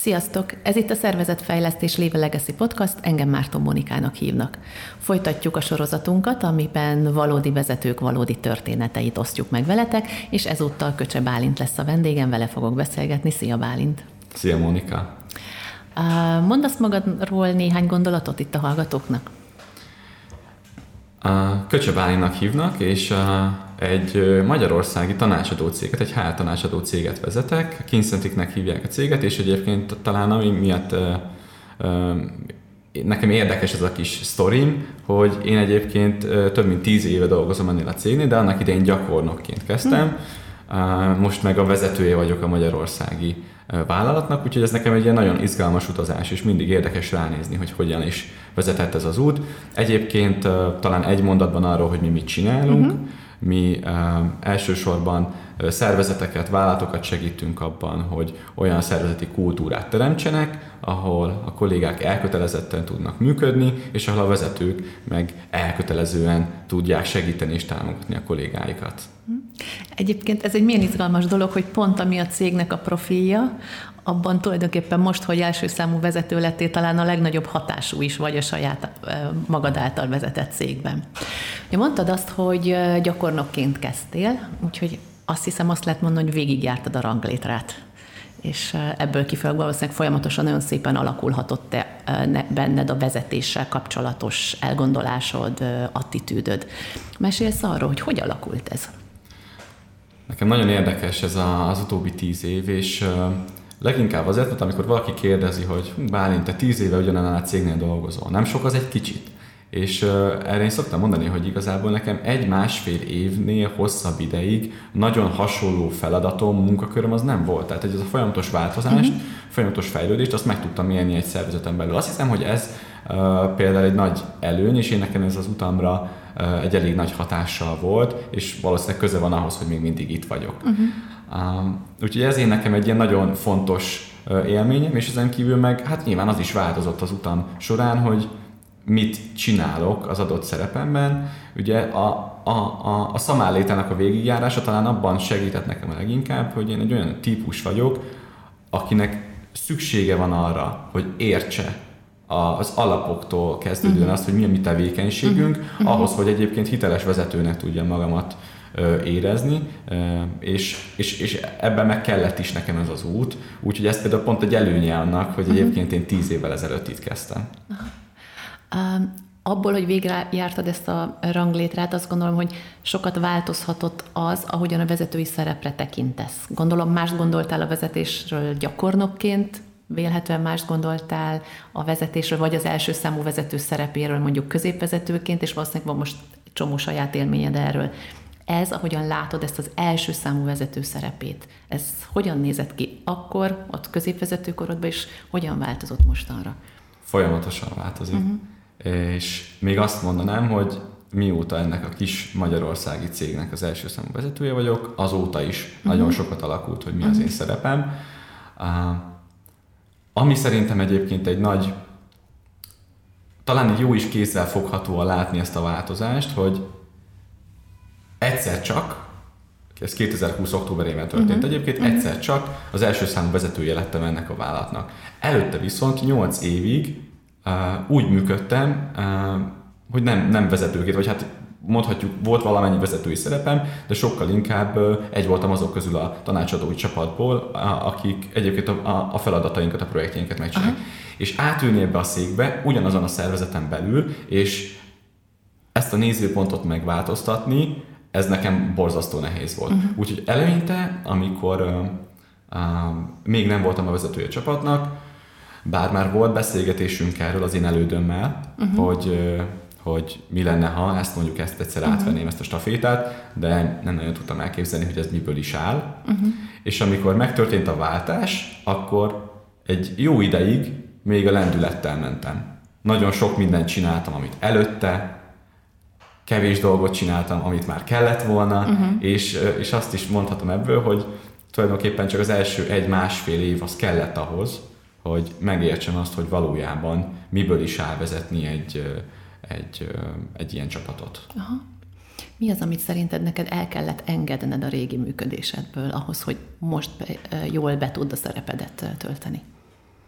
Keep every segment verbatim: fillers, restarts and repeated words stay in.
Sziasztok! Ez itt a Szervezetfejlesztés Live Legacy Podcast, engem Márton Monikának hívnak. Folytatjuk a sorozatunkat, amiben valódi vezetők valódi történeteit osztjuk meg veletek, és ezúttal Köcse Bálint lesz a vendégem, vele fogok beszélgetni. Szia Bálint! Szia Monika! Mondasz magadról néhány gondolatot itt a hallgatóknak? Köcse Bálintnak hívnak, és egy magyarországi tanácsadó céget, egy há er tanácsadó céget vezetek. Kincentricnek hívják a céget, és egyébként talán ami miatt nekem érdekes ez a kis sztorim, hogy én egyébként több mint tíz éve dolgozom ennél a cégnél, de annak idején gyakornokként kezdtem. Most meg a vezetője vagyok a magyarországi vállalatnak, úgyhogy ez nekem egy ilyen nagyon izgalmas utazás, és mindig érdekes ránézni, hogy hogyan is vezetett ez az út. Egyébként talán egy mondatban arról, hogy mi mit csinálunk. Uh-huh. Mi uh, elsősorban uh, szervezeteket, vállalatokat segítünk abban, hogy olyan szervezeti kultúrát teremtsenek, ahol a kollégák elkötelezetten tudnak működni, és ahol a vezetők meg elkötelezően tudják segíteni és támogatni a kollégáikat. Egyébként ez egy milyen izgalmas dolog, hogy pont ami a cégnek a profilja, abban tulajdonképpen most, hogy első számú vezető lettél, talán a legnagyobb hatású is vagy a saját magad által vezetett cégben. Mondtad azt, hogy gyakornokként kezdtél, úgyhogy azt hiszem, azt lehet mondani, hogy végigjártad a ranglétrát. És ebből kifolyólag valószínűleg folyamatosan nagyon szépen alakulhatott te benned a vezetéssel kapcsolatos elgondolásod, attitűdöd. Mesélsz arról, hogy hogy alakult ez? Nekem nagyon érdekes ez az utóbbi tíz év, és leginkább azért, mert amikor valaki kérdezi, hogy Bálint, te tíz éve ugyanannál a cégnél dolgozol, nem sok az egy kicsit. És erre én szoktam mondani, hogy igazából nekem egy-másfél évnél hosszabb ideig nagyon hasonló feladatom, munkaköröm az nem volt. Tehát ez a folyamatos változást, uh-huh. folyamatos fejlődést, azt meg tudtam élni egy szervezeten belül. Azt hiszem, hogy ez uh, például egy nagy előny, és én nekem ez az utamra uh, egy elég nagy hatással volt, és valószínűleg köze van ahhoz, hogy még mindig itt vagyok. Uh-huh. Uh, úgyhogy ez én nekem egy ilyen nagyon fontos uh, élményem, és ezen kívül meg hát nyilván az is változott az utam során, hogy mit csinálok az adott szerepemben. Ugye a, a, a, a szamállétának a végigjárása talán abban segített nekem a leginkább, hogy én egy olyan típus vagyok, akinek szüksége van arra, hogy értse az alapoktól kezdődően uh-huh. azt, hogy mi a mi tevékenységünk, uh-huh. ahhoz, hogy egyébként hiteles vezetőnek tudjam magamat ö, érezni, ö, és, és, és ebben meg kellett is nekem ez az út. Úgyhogy ez például pont egy előnye annak, hogy uh-huh. egyébként én tíz évvel ezelőtt itt kezdtem. Uh-huh. Uh, abból, hogy végre jártad ezt a ranglétrát, azt gondolom, hogy sokat változhatott az, ahogyan a vezetői szerepre tekintesz. Gondolom, mást gondoltál a vezetésről gyakornokként, vélhetően mást gondoltál a vezetésről, vagy az első számú vezető szerepéről mondjuk középvezetőként, és valószínűleg van most csomó saját élményed erről. Ez, ahogyan látod ezt az első számú vezető szerepét, ez hogyan nézett ki akkor, ott középvezetőkorodban, és hogyan változott mostanra? Folyamatosan változik. Uh-huh. És még azt mondanám, hogy mióta ennek a kis magyarországi cégnek az első számú vezetője vagyok, azóta is uh-huh. nagyon sokat alakult, hogy mi uh-huh. az én szerepem. Uh, ami szerintem egyébként egy nagy, talán egy jó is kézzel foghatóan látni ezt a változást, hogy egyszer csak, ez kétezer-húsz októberében történt uh-huh. egyébként, uh-huh. egyszer csak az első számú vezetője lettem ennek a vállalatnak. Előtte viszont nyolc évig Uh, úgy működtem, uh, hogy nem, nem vezetőként, vagy hát mondhatjuk, volt valamennyi vezetői szerepem, de sokkal inkább uh, egy voltam azok közül a tanácsadói csapatból, uh, akik egyébként a, a feladatainkat, a projektjeinket megcsinálják. Uh-huh. És átülni ebbe a székbe, ugyanazon a szervezeten belül, és ezt a nézőpontot megváltoztatni, ez nekem borzasztó nehéz volt. Uh-huh. Úgyhogy eleinte, amikor uh, uh, még nem voltam a vezetője a csapatnak, bár már volt beszélgetésünk erről az én elődömmel, uh-huh. hogy, hogy mi lenne, ha ezt mondjuk ezt egyszer uh-huh. átvenném ezt a stafétát, de nem nagyon tudtam elképzelni, hogy ez miből is áll. Uh-huh. És amikor megtörtént a váltás, akkor egy jó ideig még a lendülettel mentem. Nagyon sok mindent csináltam, amit előtte, kevés dolgot csináltam, amit már kellett volna, uh-huh. és, és azt is mondhatom ebből, hogy tulajdonképpen csak az első egy-másfél év az kellett ahhoz, hogy megértsem azt, hogy valójában miből is áll vezetni egy, egy, egy ilyen csapatot. Aha. Mi az, amit szerinted neked el kellett engedned a régi működésedből ahhoz, hogy most jól be tudd a szerepedet tölteni?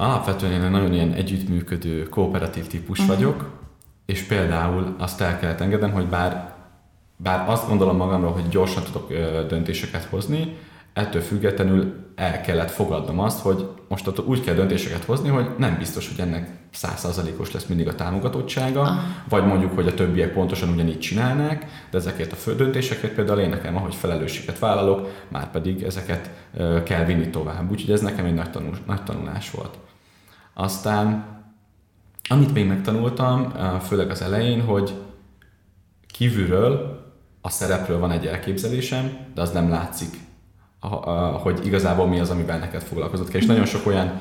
Alapvetően én nagyon ilyen együttműködő, kooperatív típus uh-huh. vagyok, és például azt el kellett engednem, hogy bár, bár azt gondolom magamról, hogy gyorsan tudok ö, döntéseket hozni, ettől függetlenül el kellett fogadnom azt, hogy most attól úgy kell döntéseket hozni, hogy nem biztos, hogy ennek száz százalékos lesz mindig a támogatottsága, ah. vagy mondjuk, hogy a többiek pontosan ugyanígy csinálnák, de ezekért a fő döntéseket például én nekem, ahogy felelősséget vállalok, már pedig ezeket ö, kell vinni tovább. Úgyhogy ez nekem egy nagy, tanul, nagy tanulás volt. Aztán, amit még megtanultam, főleg az elején, hogy kívülről a szerepről van egy elképzelésem, de az nem látszik, hogy igazából mi az, amivel neked foglalkozott kell. És nagyon sok olyan,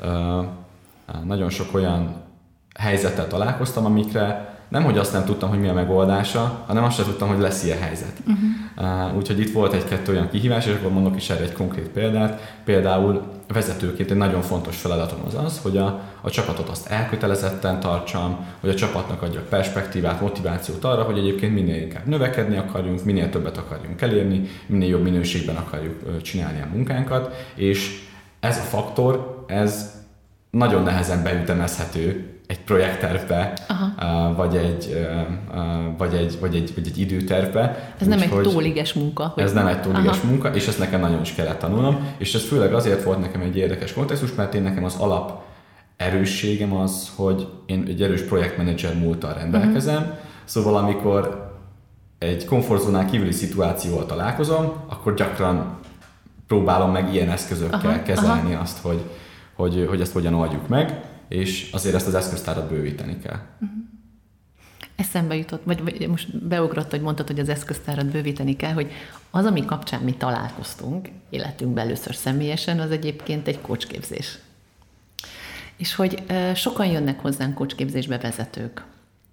nagyon sok olyan helyzettel találkoztam, amikre nem, hogy azt nem tudtam, hogy mi a megoldása, hanem azt sem tudtam, hogy lesz ilyen helyzet. Uh-huh. Úgyhogy itt volt egy-kettő olyan kihívás, és akkor mondok is erre egy konkrét példát. Például vezetőként egy nagyon fontos feladatom az az, hogy a, a csapatot azt elkötelezetten tartsam, hogy a csapatnak adjak perspektívát, motivációt arra, hogy egyébként minél inkább növekedni akarjunk, minél többet akarjunk elérni, minél jobb minőségben akarjuk csinálni a munkánkat, és ez a faktor, ez nagyon nehezen beütemezhető egy projekttervbe, uh, vagy, egy, uh, vagy, egy, vagy, egy, vagy egy időtervbe. Ez úgy, nem egy tóliges munka. Ez nem egy tóliges aha. munka, és ezt nekem nagyon is kellett tanulnom, és ez főleg azért volt nekem egy érdekes kontextus, mert én nekem az alap erősségem az, hogy én egy erős projektmenedzser múlttal rendelkezem, uh-huh. szóval amikor egy komfortzónán kívüli szituációval találkozom, akkor gyakran próbálom meg ilyen eszközökkel aha. kezelni aha. azt, hogy, hogy, hogy ezt hogyan oldjuk meg, és azért ezt az eszköztárat bővíteni kell. Uh-huh. Eszembe jutott, vagy, vagy most beugrott, hogy mondtad, hogy az eszköztárat bővíteni kell, hogy az, ami kapcsán mi találkoztunk életünkben először személyesen, az egyébként egy coachképzés. És hogy uh, sokan jönnek hozzánk coachképzésbe vezetők.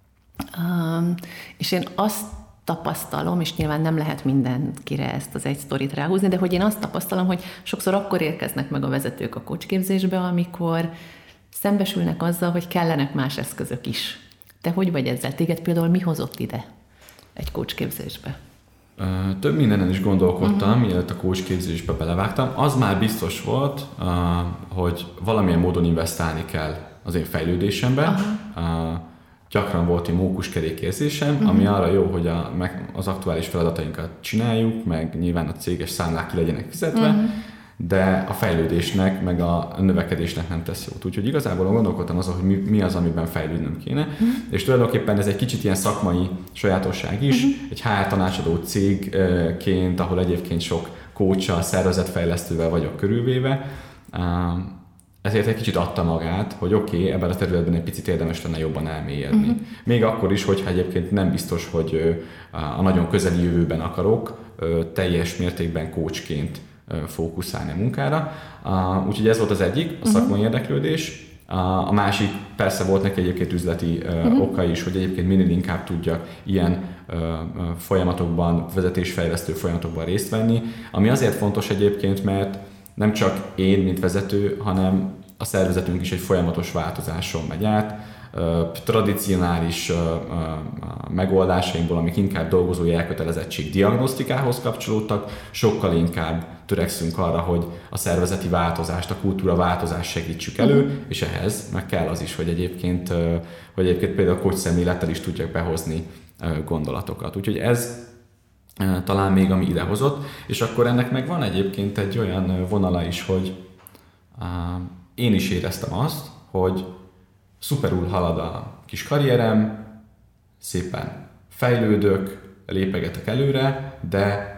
Um, és én azt tapasztalom, és nyilván nem lehet mindenkire ezt az egy sztorit ráhúzni, de hogy én azt tapasztalom, hogy sokszor akkor érkeznek meg a vezetők a coachképzésbe, amikor szembesülnek azzal, hogy kellenek más eszközök is. Te hogy vagy ezzel? Téged például mi hozott ide egy coachképzésbe? Több mindenen is gondolkodtam, uh-huh. mielőtt a coachképzésbe belevágtam. Az már biztos volt, hogy valamilyen módon investálni kell az én fejlődésembe. Uh-huh. Gyakran volt egy mókuskerékérzésem, uh-huh. ami arra jó, hogy a, meg az aktuális feladatainkat csináljuk, meg nyilván a céges számlák ki legyenek fizetve, uh-huh. de a fejlődésnek, meg a növekedésnek nem tesz jót. Úgyhogy igazából gondolkodtam azon, hogy mi, mi az, amiben fejlődnöm kéne, uh-huh. és tulajdonképpen ez egy kicsit ilyen szakmai sajátosság is, uh-huh. egy há er tanácsadó cégként, ahol egyébként sok coachal, szervezetfejlesztővel vagyok körülvéve, ezért egy kicsit adta magát, hogy oké, okay, ebben a területben egy picit érdemes lenne jobban elmélyedni. Uh-huh. Még akkor is, hogyha egyébként nem biztos, hogy a nagyon közeli jövőben akarok teljes mértékben coachként fókuszálni a munkára. Úgyhogy ez volt az egyik, a szakmai uh-huh. érdeklődés. A másik persze volt neki egyébként üzleti uh-huh. oka is, hogy egyébként minél inkább tudjak ilyen folyamatokban, vezetésfejlesztő folyamatokban részt venni, ami azért fontos egyébként, mert nem csak én, mint vezető, hanem a szervezetünk is egy folyamatos változáson megy át. Tradicionális megoldásainkból, amik inkább dolgozói elkötelezettség diagnosztikához kapcsolódtak, sokkal inkább törekszünk arra, hogy a szervezeti változást, a kultúra változást segítsük elő, uh-huh. és ehhez meg kell az is, hogy egyébként, hogy egyébként például a coach szemlélettel is tudjak behozni gondolatokat. Úgyhogy ez talán még ami idehozott, és akkor ennek meg van egyébként egy olyan vonala is, hogy én is éreztem azt, hogy szuperul halad a kis karrierem, szépen fejlődök, lépegetek előre, de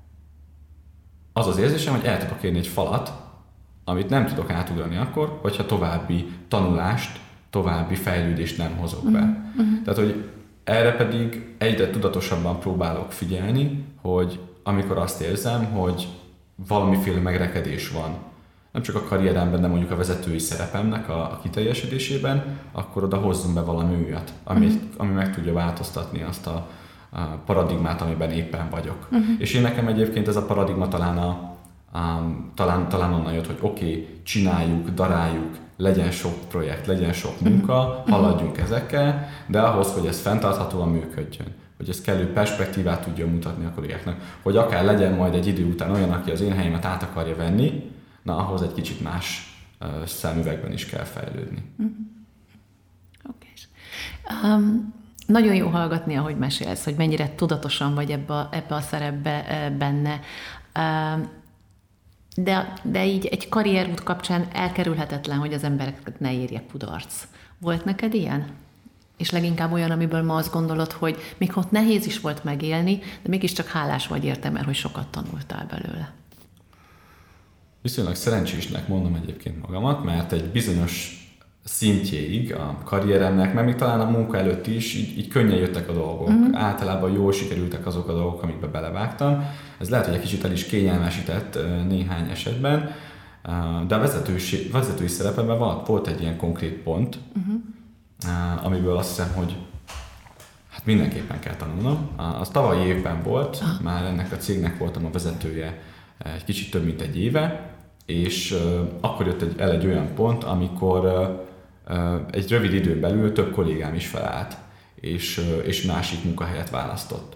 az az érzésem, hogy el tudok érni egy falat, amit nem tudok átugrani akkor, hogyha további tanulást, további fejlődést nem hozok be. Uh-huh. Tehát, hogy erre pedig egyre tudatosabban próbálok figyelni, hogy amikor azt érzem, hogy valamiféle megrekedés van, nem csak a karrieremben, de mondjuk a vezetői szerepemnek a, a kiteljesedésében, akkor oda hozzunk be valami újat, ami, uh-huh. ami meg tudja változtatni azt a, a paradigmát, amiben éppen vagyok. Uh-huh. És én nekem egyébként ez a paradigma talán, a, a, talán, talán onnan jött, hogy oké, okay, csináljuk, daráljuk, legyen sok projekt, legyen sok munka, uh-huh. haladjunk ezekkel, de ahhoz, hogy ez fenntarthatóan működjön, hogy ez kellő perspektívát tudjon mutatni a kollégáknak, hogy akár legyen majd egy idő után olyan, aki az én helyemet át akarja venni, na ahhoz egy kicsit más szemüvegben is kell fejlődni. Uh-huh. Oké. Okay. Um, nagyon jó hallgatni, ahogy mesélsz, hogy mennyire tudatosan vagy ebbe a, ebbe a szerepbe benne. Um, de, de így egy karrierút kapcsán elkerülhetetlen, hogy az embereket ne érje kudarc. Volt neked ilyen? És leginkább olyan, amiből ma azt gondolod, hogy még ott nehéz is volt megélni, de mégiscsak hálás vagy érte, mert hogy sokat tanultál belőle. Viszonylag szerencsésnek mondom egyébként magamat, mert egy bizonyos szintjéig a karrieremnek, mert még talán a munka előtt is így, így könnyen jöttek a dolgok. Mm. Általában jól sikerültek azok a dolgok, amikbe belevágtam. Ez lehet, hogy egy kicsit el is kényelmesített néhány esetben, de a vezetői szerepemben volt egy ilyen konkrét pont, uh-huh. amiből azt hiszem, hogy hát mindenképpen kell tanulnom. Az tavalyi évben volt, uh-huh. már ennek a cégnek voltam a vezetője egy kicsit több mint egy éve, és akkor jött el egy olyan pont, amikor egy rövid időn belül több kollégám is felállt, és, és másik munkahelyet választott.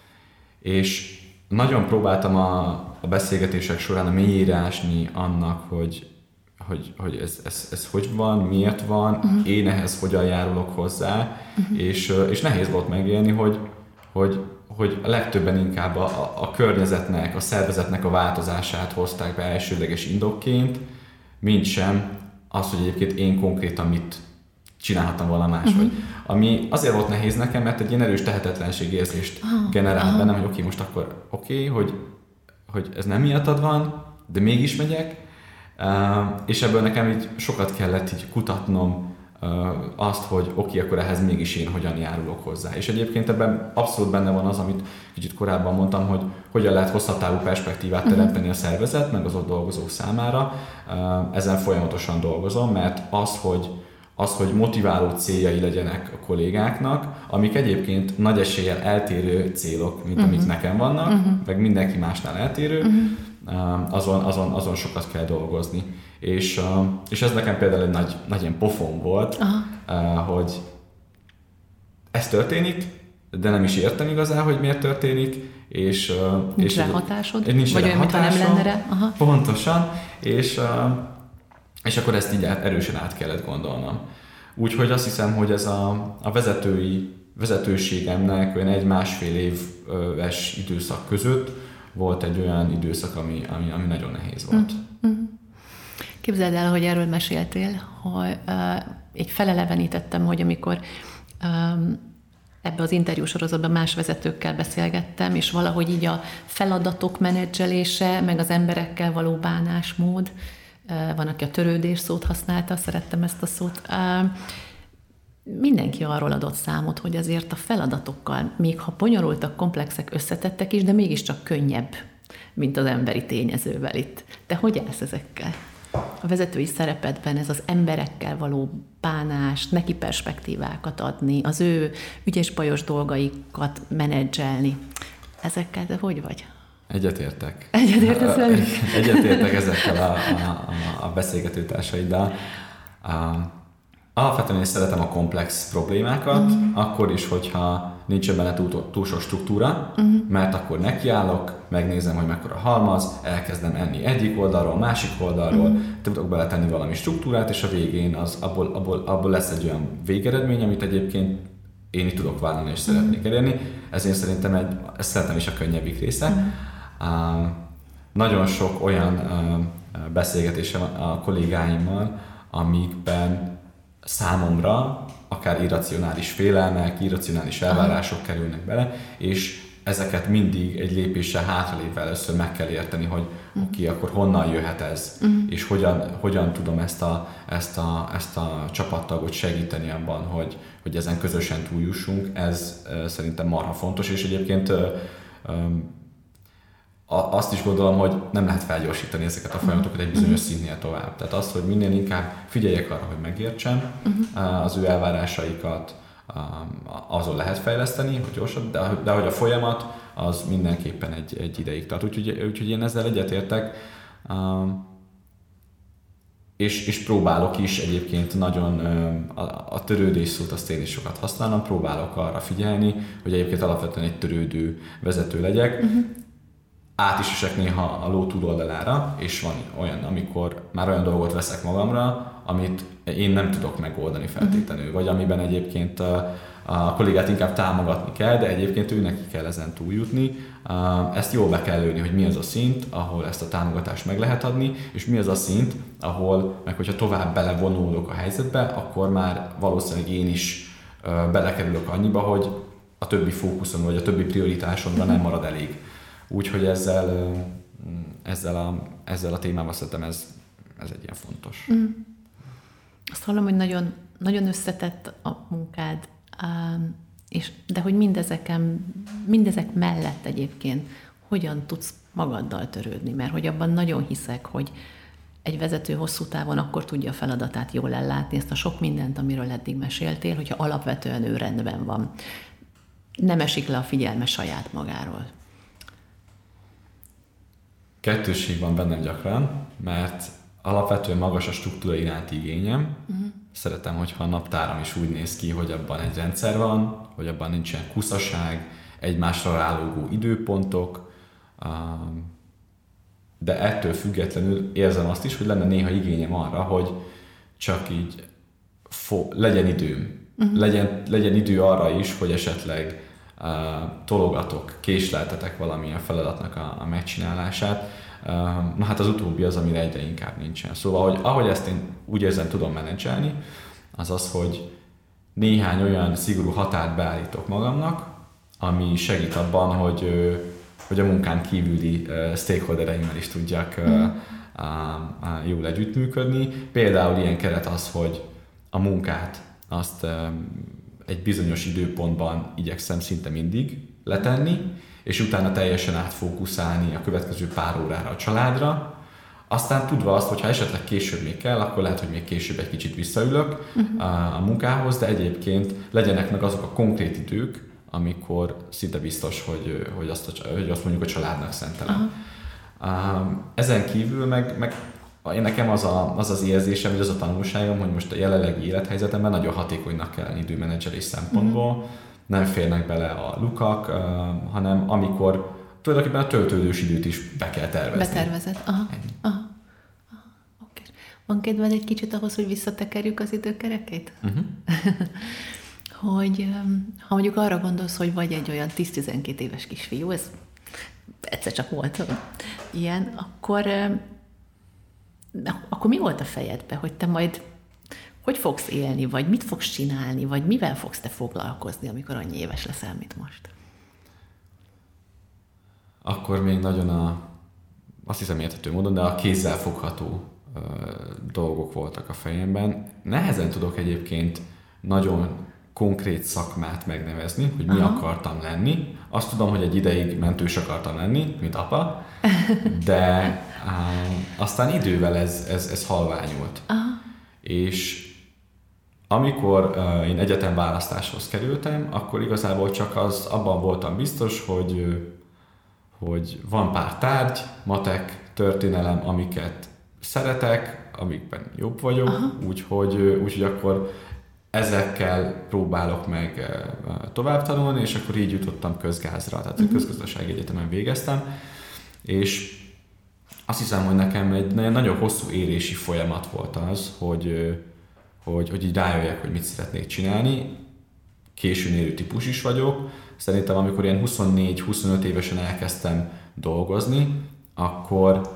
És nagyon próbáltam a, a beszélgetések során a mélyére ásni annak, hogy, hogy, hogy ez, ez, ez hogy van, miért van, uh-huh. én ehhez hogyan járulok hozzá, uh-huh. és, és nehéz volt megélni, hogy, hogy, hogy a legtöbben inkább a, a, a környezetnek, a szervezetnek a változását hozták be elsődleges indokként, mint sem az, hogy egyébként én konkrétan mit csinálhattam volna máshogy. Uh-huh. Ami azért volt nehéz nekem, mert egy ilyen erős tehetetlenségérzést uh-huh. generált uh-huh. bennem, hogy oké, okay, most akkor oké, okay, hogy, hogy ez nem miattad van, de mégis megyek, uh, és ebből nekem így sokat kellett így kutatnom uh, azt, hogy oké, okay, akkor ehhez mégis én hogyan járulok hozzá. És egyébként ebben abszolút benne van az, amit kicsit korábban mondtam, hogy hogyan lehet hosszabb távú perspektívát teremteni a szervezet, meg az ott dolgozók számára. Uh, ezen folyamatosan dolgozom, mert az, hogy az, hogy motiváló céljai legyenek a kollégáknak, amik egyébként nagy eséllyel eltérő célok, mint uh-huh. amik nekem vannak, uh-huh. meg mindenki másnál eltérő, uh-huh. azon, azon, azon sokat kell dolgozni. És, és ez nekem például egy nagy, nagy ilyen pofon volt, uh-huh. hogy ez történik, de nem is értem igazán, hogy miért történik, és... Nincs és rá hatásod? Nincs vagy rá olyan, mintha nem lenne rá? Aha. Pontosan, és... És akkor ezt így erősen át kellett gondolnom. Úgyhogy azt hiszem, hogy ez a, a vezetői, vezetőségemnek olyan egy-másfél éves időszak között volt egy olyan időszak, ami, ami, ami nagyon nehéz volt. Mm-hmm. Képzeld el, hogy erről meséltél, hogy uh, így felelevenítettem, hogy amikor um, ebbe az interjúsorozatban más vezetőkkel beszélgettem, és valahogy így a feladatok menedzselése, meg az emberekkel való bánásmód, van, aki a törődés szót használta, szerettem ezt a szót. Mindenki arról adott számot, hogy azért a feladatokkal, még ha bonyolultak, komplexek, összetettek is, de mégiscsak könnyebb, mint az emberi tényezővel itt. Te hogy állsz ezekkel? A vezetői szerepedben ez az emberekkel való bánás, neki perspektívákat adni, az ő ügyes-bajos dolgaikat menedzselni. Ezekkel te hogy vagy? Egyetértek. Egyetértesz velük? Egyetértek ezekkel a, a, a beszélgetőtársaiddal. Alapvetően én szeretem a komplex problémákat, uh-huh. akkor is, hogyha nincs benne túl, túl sok struktúra, uh-huh. mert akkor nekiállok, megnézem, hogy mekkora halmaz, elkezdem enni egyik oldalról, másik oldalról, uh-huh. tudok beletenni valami struktúrát, és a végén az, abból, abból, abból lesz egy olyan végeredmény, amit egyébként én itt tudok vállalni és uh-huh. szeretnék elérni. Ezért szerintem egy, ezt szeretem is a könnyebbik része. Uh-huh. Uh, nagyon sok olyan uh, beszélgetésem van a kollégáimmal, amikben számomra akár irracionális félelmek, irracionális elvárások uh-huh. kerülnek bele, és ezeket mindig egy lépéssel hátralépve először meg kell érteni, hogy uh-huh. oké, okay, akkor honnan jöhet ez, uh-huh. és hogyan, hogyan tudom ezt a, ezt, a, ezt a csapattagot segíteni abban, hogy, hogy ezen közösen túljussunk. Ez uh, szerintem marha fontos, és egyébként uh, um, azt is gondolom, hogy nem lehet felgyorsítani ezeket a folyamatokat egy bizonyos uh-huh. színnél tovább. Tehát az, hogy minél inkább figyeljek arra, hogy megértsem uh-huh. az ő elvárásaikat, azon lehet fejleszteni, hogy gyorsabb, de, de hogy a folyamat az mindenképpen egy, egy ideig tart. Úgyhogy, úgyhogy én ezzel egyetértek, és, és próbálok is egyébként nagyon a, a törődés szót, azt én is sokat használom, próbálok arra figyelni, hogy egyébként alapvetően egy törődő vezető legyek. Uh-huh. át is esek néha a ló túloldalára, és van olyan, amikor már olyan dolgot veszek magamra, amit én nem tudok megoldani feltétlenül, uh-huh. vagy amiben egyébként a, a kollégát inkább támogatni kell, de egyébként ő neki kell ezen túljutni. Ezt jól be kell lőni, hogy mi az a szint, ahol ezt a támogatást meg lehet adni, és mi az a szint, ahol, meg hogyha tovább belevonulok a helyzetbe, akkor már valószínűleg én is belekerülök annyiba, hogy a többi fókuszon, vagy a többi prioritásomra nem marad elég. Úgyhogy ezzel, ezzel, a, ezzel a témával szerintem ez, ez egy ilyen fontos. Mm. Azt hallom, hogy nagyon, nagyon összetett a munkád, és, de hogy mindezeken, mindezek mellett egyébként hogyan tudsz magaddal törődni, mert hogy abban nagyon hiszek, hogy egy vezető hosszú távon akkor tudja a feladatát jól ellátni, ezt a sok mindent, amiről eddig meséltél, hogyha alapvetően ő rendben van. Nem esik le a figyelme saját magáról. Kettősség van bennem gyakran, mert alapvetően magas a struktúra iránti igényem. Uh-huh. Szeretem, hogyha a naptáram is úgy néz ki, hogy abban egy rendszer van, hogy abban nincsen kuszaság, egymásra rálógó időpontok, de ettől függetlenül érzem azt is, hogy lenne néha igényem arra, hogy csak így fo- legyen időm. Uh-huh. Legyen, legyen idő arra is, hogy esetleg uh, tologatok, késleltetek valamilyen feladatnak a, a megcsinálását. Uh, na hát az utóbbi az, amire egyre inkább nincsen. Szóval, hogy ahogy ezt én úgy érzem, tudom menedzselni, az az, hogy néhány olyan szigorú határt beállítok magamnak, ami segít abban, hogy, hogy a munkán kívüli stakeholdereimmel is tudjak mm. jól együttműködni. Például ilyen keret az, hogy a munkát azt egy bizonyos időpontban igyekszem szinte mindig letenni, és utána teljesen átfókuszálni a következő pár órára a családra. Aztán tudva azt, hogy ha esetleg később még kell, akkor lehet, hogy még később egy kicsit visszaülök uh-huh. a munkához, de egyébként legyenek meg azok a konkrét idők, amikor szinte biztos, hogy, hogy, azt, a, hogy azt mondjuk a családnak szentelem. Uh-huh. Ezen kívül meg, meg én nekem az, a, az az érzésem, vagy az a tanulságom, hogy most a jelenlegi élethelyzetemben nagyon hatékonynak kell lenni időmenedzselés szempontból. Uh-huh. Nem férnek bele a lukak, uh, hanem amikor tulajdonképpen a töltődős időt is be kell tervezni. Betervezed. Aha. Aha. Aha. Okay. Van kedved egy kicsit ahhoz, hogy visszatekerjük az időkerekét? Uh-huh. Hogy ha mondjuk arra gondolsz, hogy vagy egy olyan tíz-tizenkét éves kisfiú, ez egyszer csak volt ilyen, akkor, akkor mi volt a fejedben, hogy te majd hogy fogsz élni, vagy mit fogsz csinálni, vagy mivel fogsz te foglalkozni, amikor annyi éves leszel, mint most? Akkor még nagyon a, azt hiszem érthető módon, de a kézzel fogható ö, dolgok voltak a fejemben. Nehezen tudok egyébként nagyon konkrét szakmát megnevezni, hogy mi Aha. akartam lenni. Azt tudom, hogy egy ideig mentős akartam lenni, mint apa, de á, aztán idővel ez, ez, ez halványult. Aha. És amikor uh, én egyetemválasztáshoz kerültem, akkor igazából csak az, abban voltam biztos, hogy, hogy van pár tárgy, matek, történelem, amiket szeretek, amikben jobb vagyok, úgyhogy, úgyhogy akkor ezekkel próbálok meg tovább tanulni, és akkor így jutottam közgázra, tehát uh-huh. közgazdasági egyetemen végeztem, és azt hiszem, hogy nekem egy nagyon hosszú érési folyamat volt az, hogy, hogy, hogy így rájöjjek, hogy mit szeretnék csinálni. Későn érő típus is vagyok. Szerintem amikor ilyen huszonnégy-huszonöt évesen elkezdtem dolgozni, akkor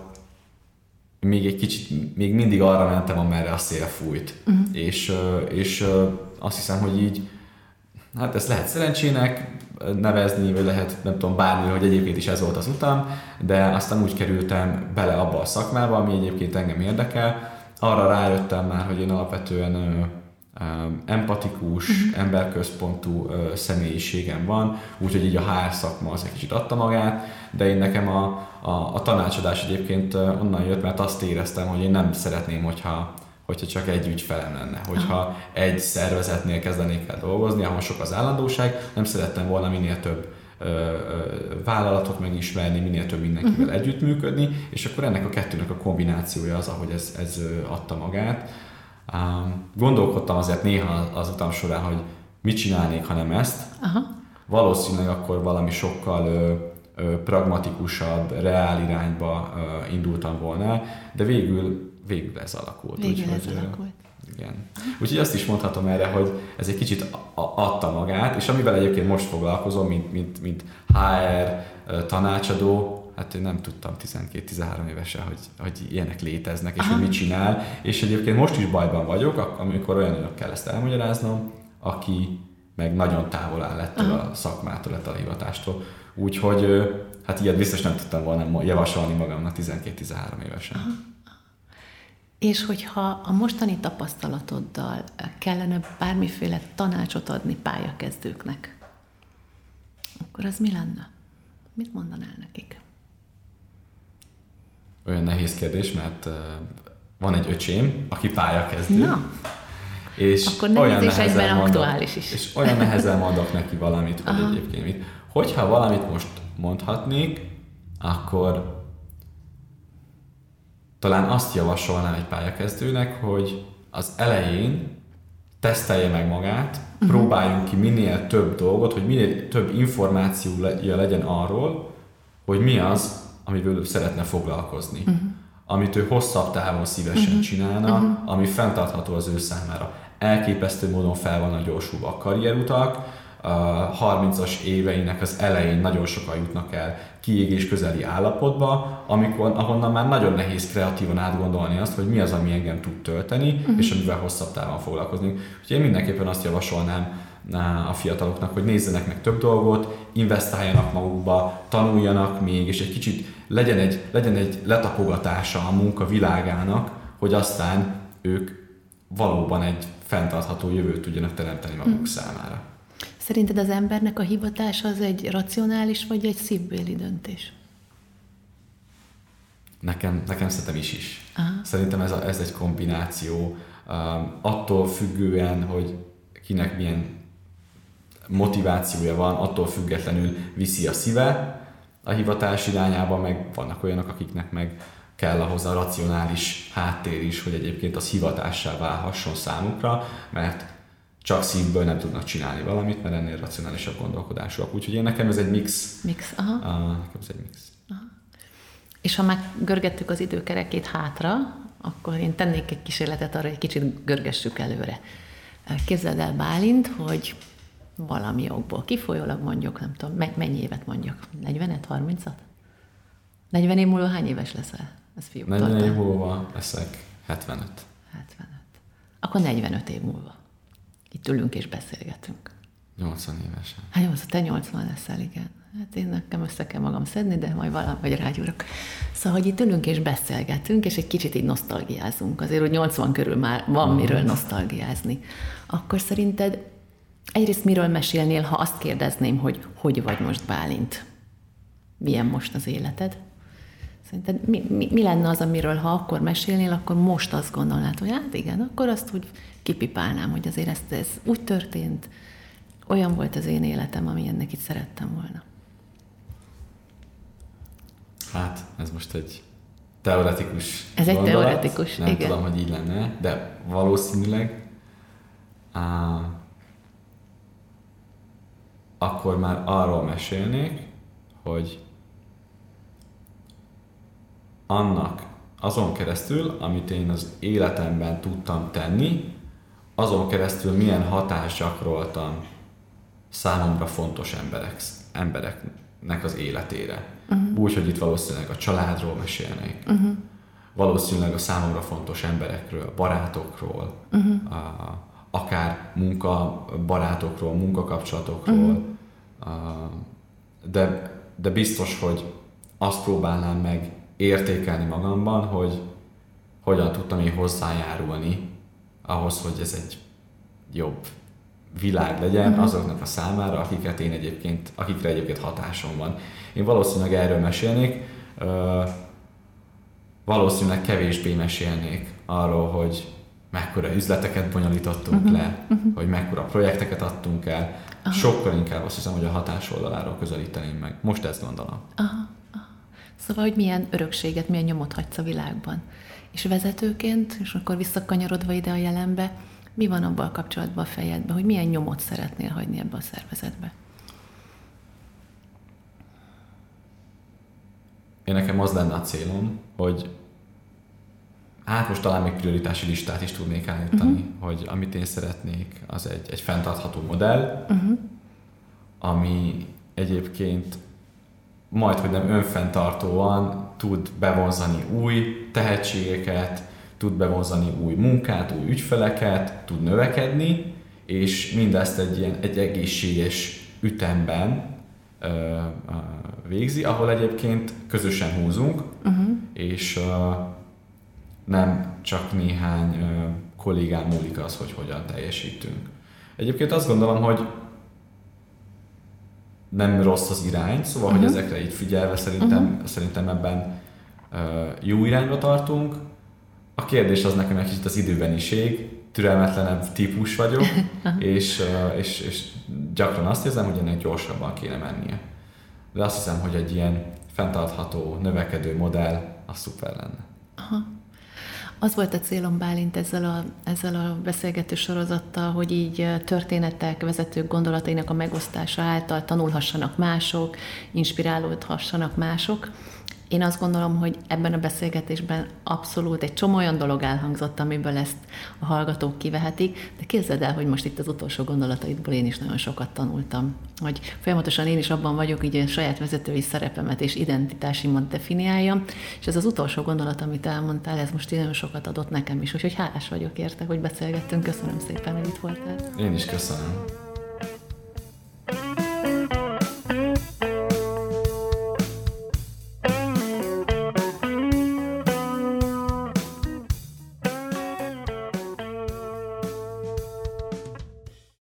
még egy kicsit, még mindig arra mentem, amerre a szél fújt. Uh-huh. És, és azt hiszem, hogy így, hát ezt lehet szerencsének nevezni, vagy lehet, nem tudom, bármi, hogy egyébként is ez volt az utam, de aztán úgy kerültem bele abba a szakmába, ami egyébként engem érdekel. Arra rájöttem már, hogy én alapvetően ö, ö, empatikus, uh-huh. emberközpontú ö, személyiségem van, úgyhogy így a há er szakma az egy kicsit adta magát, de én nekem a, a, a tanácsadás egyébként onnan jött, mert azt éreztem, hogy én nem szeretném, hogyha, hogyha csak egy ügyfelem lenne, hogyha uh-huh. egy szervezetnél kezdenék el dolgozni, ahol sok az állandóság, nem szerettem volna minél több ö, ö, vállalatot megismerni, minél több mindenkivel uh-huh. együttműködni, és akkor ennek a kettőnek a kombinációja az, ahogy ez, ez adta magát. Um, gondolkodtam azért néha az utam során, hogy mit csinálnék, ha nem ezt. Uh-huh. Valószínűleg akkor valami sokkal ö, pragmatikusabb, reál irányba indultam volna, de végül, végül ez alakult. Végül úgy, ez hogy, alakult. Igen. Úgyhogy azt is mondhatom erre, hogy ez egy kicsit adta magát, és amivel egyébként most foglalkozom, mint, mint, mint há er tanácsadó, hát én nem tudtam tizenkét-tizenhárom évesen, hogy, hogy ilyenek léteznek, és Aha. hogy mit csinál, és egyébként most is bajban vagyok, amikor olyanok kell ezt elmagyaráznom, aki meg nagyon távol áll ettől Aha. a szakmától, ettől a hivatástól. Úgyhogy hát ilyet biztos nem tudtam volna javasolni magamnak tizenkét-tizenhárom évesen. Aha. És hogyha a mostani tapasztalatoddal kellene bármiféle tanácsot adni pályakezdőknek, akkor az mi lenne? Mit mondanál nekik? Olyan nehéz kérdés, mert van egy öcsém, aki pályakezdő. Na, és akkor nehéz és egyben mondok, aktuális is. És olyan nehezen mondok neki valamit, hogy Aha. egyébként mit. Hogyha valamit most mondhatnék, akkor talán azt javasolnám egy pályakezdőnek, hogy az elején tesztelje meg magát, uh-huh. próbáljunk ki minél több dolgot, hogy minél több információja legyen arról, hogy mi az, amivel ő szeretne foglalkozni. Uh-huh. Amit ő hosszabb távon szívesen uh-huh. csinálna, uh-huh. ami fenntartható az ő számára. Elképesztő módon fel vannak gyorsulva a karrierutak, a harmincas éveinek az elején nagyon sokan jutnak el kiégés közeli állapotba, amikor, ahonnan már nagyon nehéz kreatívan átgondolni azt, hogy mi az, ami engem tud tölteni, uh-huh. és amivel hosszabb távon foglalkozni. Úgyhogy én mindenképpen azt javasolnám a fiataloknak, hogy nézzenek meg több dolgot, investáljanak magukba, tanuljanak még, és egy kicsit legyen egy, legyen egy letapogatása a munka világának, hogy aztán ők valóban egy fenntartható jövőt tudjanak teremteni maguk uh-huh. számára. Szerinted az embernek a hivatása az egy racionális, vagy egy szívbéli döntés? Nekem, nekem szerintem is is. Aha. Szerintem ez, a, ez egy kombináció. Um, attól függően, hogy kinek milyen motivációja van, attól függetlenül viszi a szíve a hivatás irányába, meg vannak olyanok, akiknek meg kell ahhoz a racionális háttér is, hogy egyébként az hivatássá válhasson számukra, mert csak szívből nem tudnak csinálni valamit, mert ennél racionálisabb gondolkodásúak. Úgyhogy én nekem ez egy mix. Mix, aha. Uh, nekem ez egy mix. Aha. És ha már görgettük az időkerekét hátra, akkor én tennék egy kísérletet arra, hogy kicsit görgessük előre. Képzeld el, Bálint, hogy valami okból kifolyólag mondjuk, nem tudom, mennyi évet mondjuk? negyvenet, harmincat? negyven év múlva hány éves leszel? Ez fiúk negyven év múlva leszek hetvenöt. hetvenöt. Akkor negyvenöt év múlva. Itt ülünk és beszélgetünk. nyolcvan évesen. Hát nyolcvan, te nyolcvan leszel, igen. Hát én nekem össze kell magam szedni, de majd valahogy rágyúrok. Szóval, hogy itt ülünk és beszélgetünk, és egy kicsit így nosztalgiázunk. Azért, hogy nyolcvan körül már van uh-huh. miről nosztalgiázni. Akkor szerinted egyrészt miről mesélnél, ha azt kérdezném, hogy hogy vagy most, Bálint? Milyen most az életed? Szerinted mi, mi, mi lenne az, amiről ha akkor mesélnél, akkor most azt gondolnád, hogy hát igen, akkor azt úgy kipipálnám, hogy azért ezt, ez úgy történt, olyan volt az én életem, amilyennek itt szerettem volna. Hát, ez most egy teoretikus Ez gondolat. egy teoretikus, Nem igen. tudom, hogy így lenne, de valószínűleg á, akkor már arról mesélnék, hogy annak azon keresztül, amit én az életemben tudtam tenni, azon keresztül milyen hatást gyakoroltam számomra fontos emberek, embereknek az életére. Uh-huh. Úgy, hogy itt valószínűleg a családról mesélnék, uh-huh. valószínűleg a számomra fontos emberekről, barátokról, uh-huh. a, akár munkabarátokról, munkakapcsolatokról, uh-huh. de, de biztos, hogy azt próbálnám meg értékelni magamban, hogy hogyan tudtam én hozzájárulni ahhoz, hogy ez egy jobb világ legyen uh-huh. azoknak a számára, akiket én egyébként, akikre egyébként hatásom van. Én valószínűleg erről mesélnék, uh, valószínűleg kevésbé mesélnék arról, hogy mekkora üzleteket bonyolítottunk uh-huh. le, uh-huh. hogy mekkora projekteket adtunk el. Aha. Sokkal inkább azt hiszem, hogy a hatás oldaláról közelíteném meg. Most ezt gondolom. Aha. Aha. Szóval, hogy milyen örökséget, milyen nyomot hagysz a világban. És vezetőként, és akkor visszakanyarodva ide a jelenbe, mi van abban a kapcsolatban a fejedben, hogy milyen nyomot szeretnél hagyni ebbe a szervezetbe? én nekem az lenne a célom, hogy hát most talán még prioritási listát is tudnék állítani, uh-huh. hogy amit én szeretnék, az egy, egy fenntartható modell, uh-huh. ami egyébként majd, hogy nem önfenntartóan tud bevonzani új tehetségeket, tud bevonzani új munkát, új ügyfeleket, tud növekedni, és mindezt egy, ilyen, egy egészséges ütemben ö, ö, végzi, ahol egyébként közösen húzunk, uh-huh. és ö, nem csak néhány ö, kollégán múlik az, hogy hogyan teljesítünk. Egyébként azt gondolom, hogy nem rossz az irány, szóval, uh-huh. hogy ezekre így figyelve szerintem, uh-huh. szerintem ebben uh, jó irányba tartunk. A kérdés az nekem egy kicsit az időbeniség, türelmetlenebb típus vagyok, uh-huh. és, uh, és, és gyakran azt érzem, hogy ennek gyorsabban kéne mennie. De azt hiszem, hogy egy ilyen fenntartható, növekedő modell, az szuper lenne. Aha. Az volt a célom, Bálint, ezzel a, ezzel a beszélgető sorozattal, hogy így történetek, vezetők gondolatainak a megosztása által tanulhassanak mások, inspirálódhassanak mások. Én azt gondolom, hogy ebben a beszélgetésben abszolút egy csomó olyan dolog elhangzott, amiből ezt a hallgatók kivehetik, de képzeld el, hogy most itt az utolsó gondolataidból én is nagyon sokat tanultam. Hogy folyamatosan én is abban vagyok, így a saját vezetői szerepemet és identitásimat definiáljam, és ez az utolsó gondolat, amit elmondtál, ez most nagyon sokat adott nekem is, úgyhogy hálás vagyok érte, hogy beszélgettünk. Köszönöm szépen, hogy itt voltál. Én is köszönöm.